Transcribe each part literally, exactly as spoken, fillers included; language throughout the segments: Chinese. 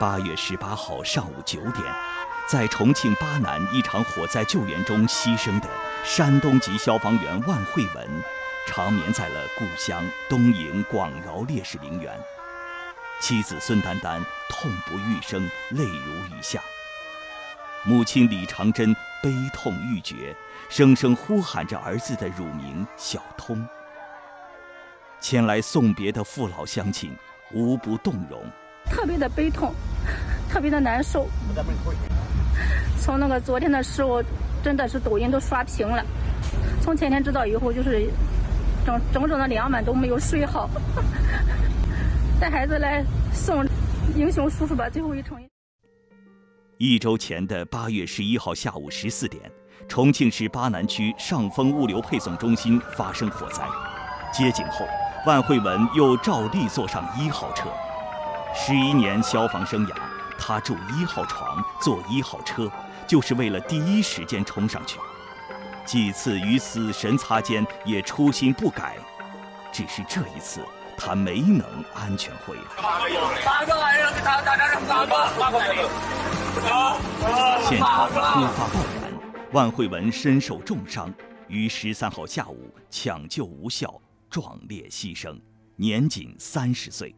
八月十八号上午九点，在重庆巴南一场火灾救援中牺牲的山东籍消防员万慧文，长眠在了故乡东营广饶烈士陵园。妻子孙丹丹痛不欲生，泪如雨下。母亲李长珍悲痛欲绝，声声呼喊着儿子的乳名小通。前来送别的父老乡亲无不动容， 特别的悲痛，特别的难受。从那个昨天的时候，真的是抖音都刷屏了。从前天知道以后，就是整整整的两晚都没有睡好。带孩子来送英雄叔叔吧，最后一程。 一周前的八月十一号下午十四点，重庆市巴南区上丰物流配送中心发生火灾。接警后，万慧文又照例坐上一号车。十一年消防生涯，他住一号床，坐一号车，就是为了第一时间冲上去。几次与死神擦肩，也初心不改。只是这一次，他没能安全回来。现场突发爆燃，万慧文身受重伤，于十三号下午抢救无效，壮烈牺牲，年仅三十岁。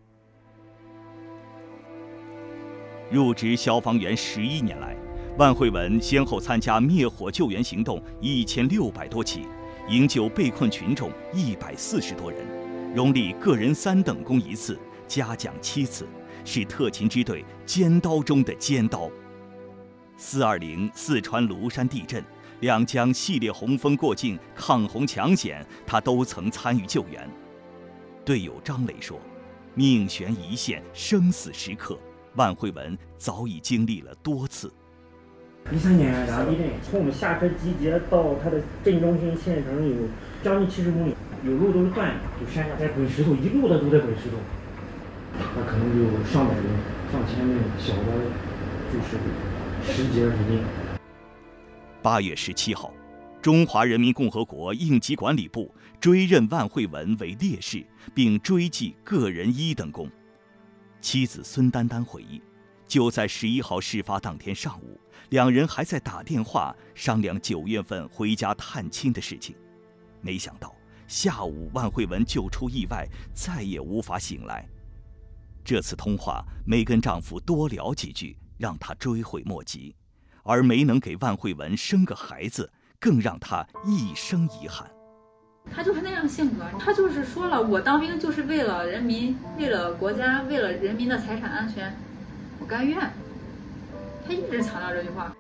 入职消防员十一年来，万慧文先后参加灭火救援行动一千六百多起，营救被困群众一百四十多人，荣立个人三等功一次，嘉奖七次，是特勤支队尖刀中的尖刀。四二零四川芦山地震、两江系列洪峰过境、抗洪抢险，他都曾参与救援。队友张磊说：“命悬一线，生死时刻，万慧文早已经历了多次。” 一三年两江地震，从我们下车集结到它的震中心县城有将近七十公里，有路都是断的，就山下在滚石头，一路的都在滚石头，那可能有上百人、上千人，小的就是十几二十斤。 八月十七号，中华人民共和国应急管理部追认万慧文为烈士，并追记个人一等功。妻子孙丹丹回忆，就在十一号事发当天上午，两人还在打电话商量九月份回家探亲的事情。没想到下午万慧文就出意外，再也无法醒来。这次通话没跟丈夫多聊几句，让她追悔莫及，而没能给万慧文生个孩子，更让她一生遗憾。 他就是那样性格，他就是说了，我当兵就是为了人民，为了国家，为了人民的财产安全，我甘愿。他一直强调这句话。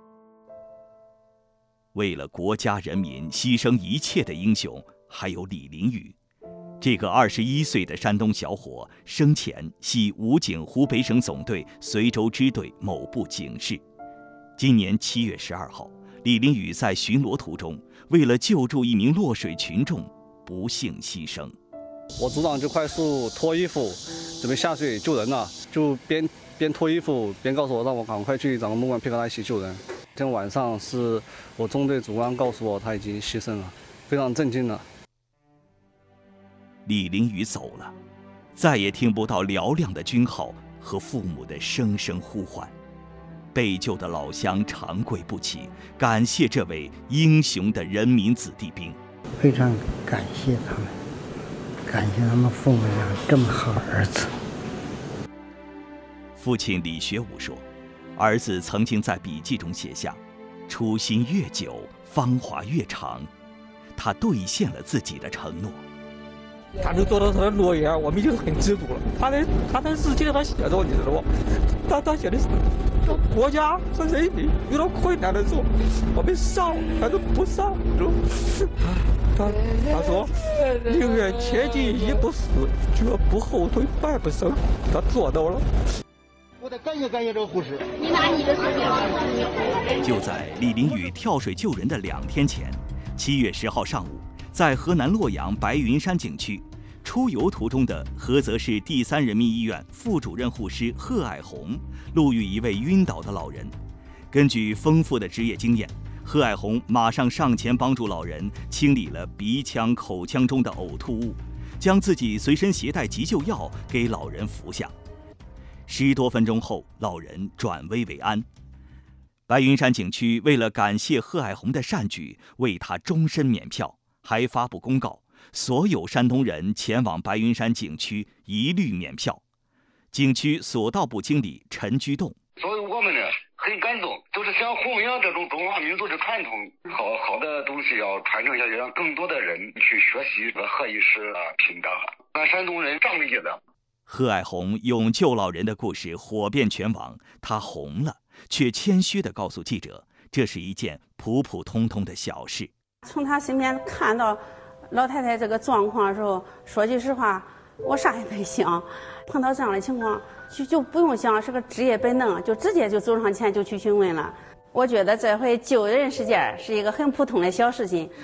为了国家人民牺牲一切的英雄，还有李林宇。这个二十一岁的山东小伙，生前系武警湖北省总队随州支队某部警士。今年七月十二号，李林宇在巡逻途中，为了救助一名落水群众，不幸牺牲。 我组长就快速脱衣服，准备下水救人了，就边边脱衣服边告诉我，让我赶快去找个木棍配合他一起救人。今天晚上是我中队主官告诉我他已经牺牲了，非常震惊了。 李林宇走了，再也听不到嘹亮的军号和父母的声声呼唤。被救的老乡长跪不起，感谢这位英雄的人民子弟兵。 非常感谢他们，感谢他们父母养这么好儿子。 父亲李学武说，儿子曾经在笔记中写下：“初心越久，芳华越长。”他兑现了自己的承诺。 他能做到他的诺言，我们就是很知足了。他的他的日记上写着，你知道不？他他写的是说国家和人民遇到困难的时候，我们上还是不上？你说，他他说宁愿前进一步死，绝不后退半步生。他做到了。 我得感谢感谢这个护士。 你拿你的视频。 就在李林宇跳水救人的两天前，七月十号上午。在河南洛阳白云山景区出游途中的菏泽市第三人民医院副主任护师贺爱红路遇一位晕倒的老人。根据丰富的职业经验，贺爱红马上上前帮助老人清理了鼻腔、口腔中的呕吐物，将自己随身携带急救药给老人服下。 十多分钟后，老人转危为安。白云山景区为了感谢贺爱红的善举，为他终身免票，还发布公告，所有山东人前往白云山景区一律免票。景区索道部经理陈居栋： 所以我们呢很感动，就是想弘扬这种中华民族的传统，好好的东西要传承下去，让更多的人去学习这个贺医师的品德，让山东人仗义的。 贺爱红用救老人的故事火遍全网，他红了，却谦虚地告诉记者，这是一件普普通通的小事。 从他身边看到老太太这个状况的时候，说句实话，我啥也没想。碰到这样的情况，就就不用想是个职业本能，就直接就走上前就去询问了。我觉得这回救人事件是一个很普通的小事情。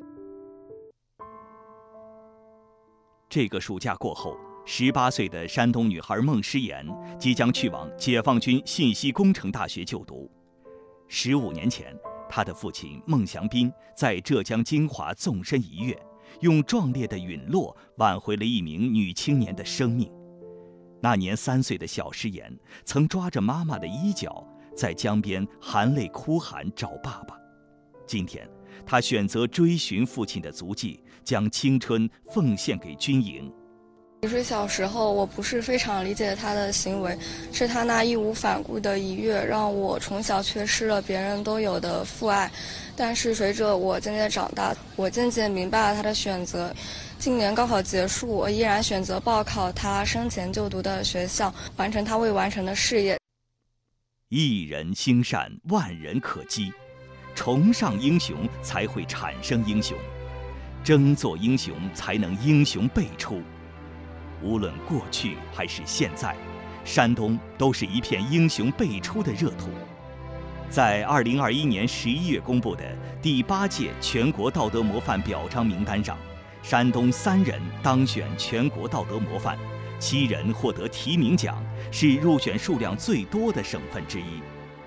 这个暑假过后，十八岁的山东女孩孟诗妍即将去往解放军信息工程大学就读。十五年前，她的父亲孟祥斌在浙江金华纵身一跃，用壮烈的陨落挽回了一名女青年的生命。那年三岁的小诗妍曾抓着妈妈的衣角，在江边含泪哭喊找爸爸。今天，她选择追寻父亲的足迹，将青春奉献给军营。 其实小时候我不是非常理解他的行为，是他那义无反顾的一跃，让我从小缺失了别人都有的父爱。但是随着我渐渐长大，我渐渐明白了他的选择。今年高考结束，我依然选择报考他生前就读的学校，完成他未完成的事业。 一人兴善，万人可击，崇尚英雄才会产生英雄，争做英雄才能英雄辈出。无论过去还是现在，山东都是一片英雄辈出的热土。在二零二一年十一月公布的第八届全国道德模范表彰名单上，山东三人当选全国道德模范，七人获得提名奖，是入选数量最多的省份之一。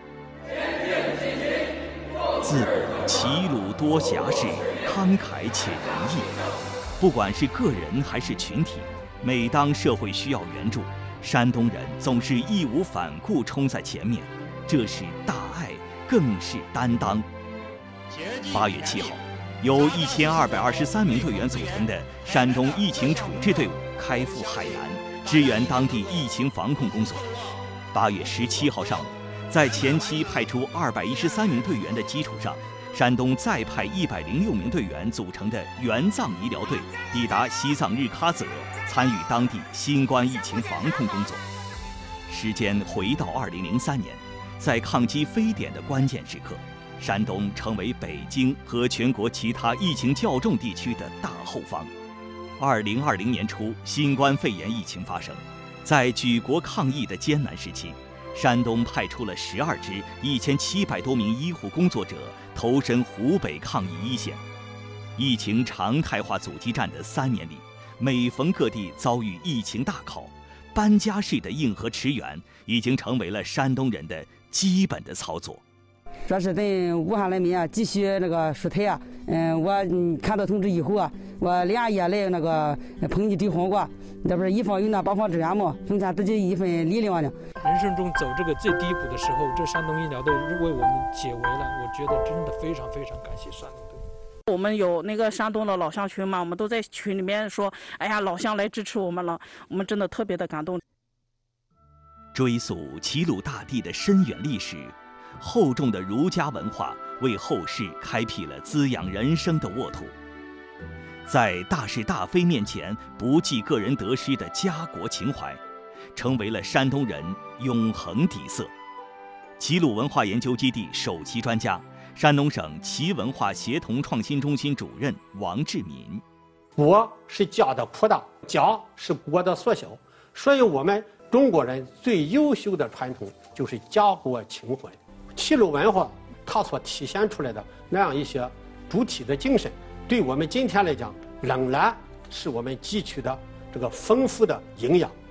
自古齐鲁多侠士，慷慨且仁义。不管是个人还是群体，每当社会需要援助，山东人总是义无反顾冲在前面，这是大爱，更是担当。八月七号，由一千二百二十三名队员组成的山东疫情处置队伍开赴海南，支援当地疫情防控工作。八月十七号上午，在前期派出二百一十三名队员的基础上，山东再派一百零六名队员组成的援藏医疗队抵达西藏日喀则，参与当地新冠疫情防控工作。时间回到二零零三年，在抗击非典的关键时刻，山东成为北京和全国其他疫情较重地区的大后方。二零二零年初，新冠肺炎疫情发生，在举国抗疫的艰难时期，山东派出了十二支一千七百多名医护工作者投身湖北抗疫一线。疫情常态化阻击战的三年里，每逢各地遭遇疫情大考，搬家式的应和驰援已经成为了山东人的基本的操作。 这是等武汉人民啊继续那个出台啊，嗯，我嗯看到通知以后啊，我连夜来那个抨击对黄瓜，这不是一方有难八方支援嘛，分享自己一份力量呢。 人生中走这个最低谷的时候，这山东医疗队为我们解围了，我觉得真的非常非常感谢山东队。 我们有那个山东的老乡群嘛，我们都在群里面说，哎呀，老乡来支持我们了，我们真的特别的感动。 追溯齐鲁大地的深远历史，厚重的儒家文化为后世开辟了滋养人生的沃土。在大是大非面前不计个人得失的家国情怀，成为了山东人永恒底色。齐鲁文化研究基地首席专家、山东省齐文化协同创新中心主任王志民： 国是家的扩大，家是国的缩小，所以我们中国人最优秀的传统就是家国情怀。齐鲁文化它所体现出来的那样一些主体的精神，对我们今天来讲，仍然是我们汲取的这个丰富的营养。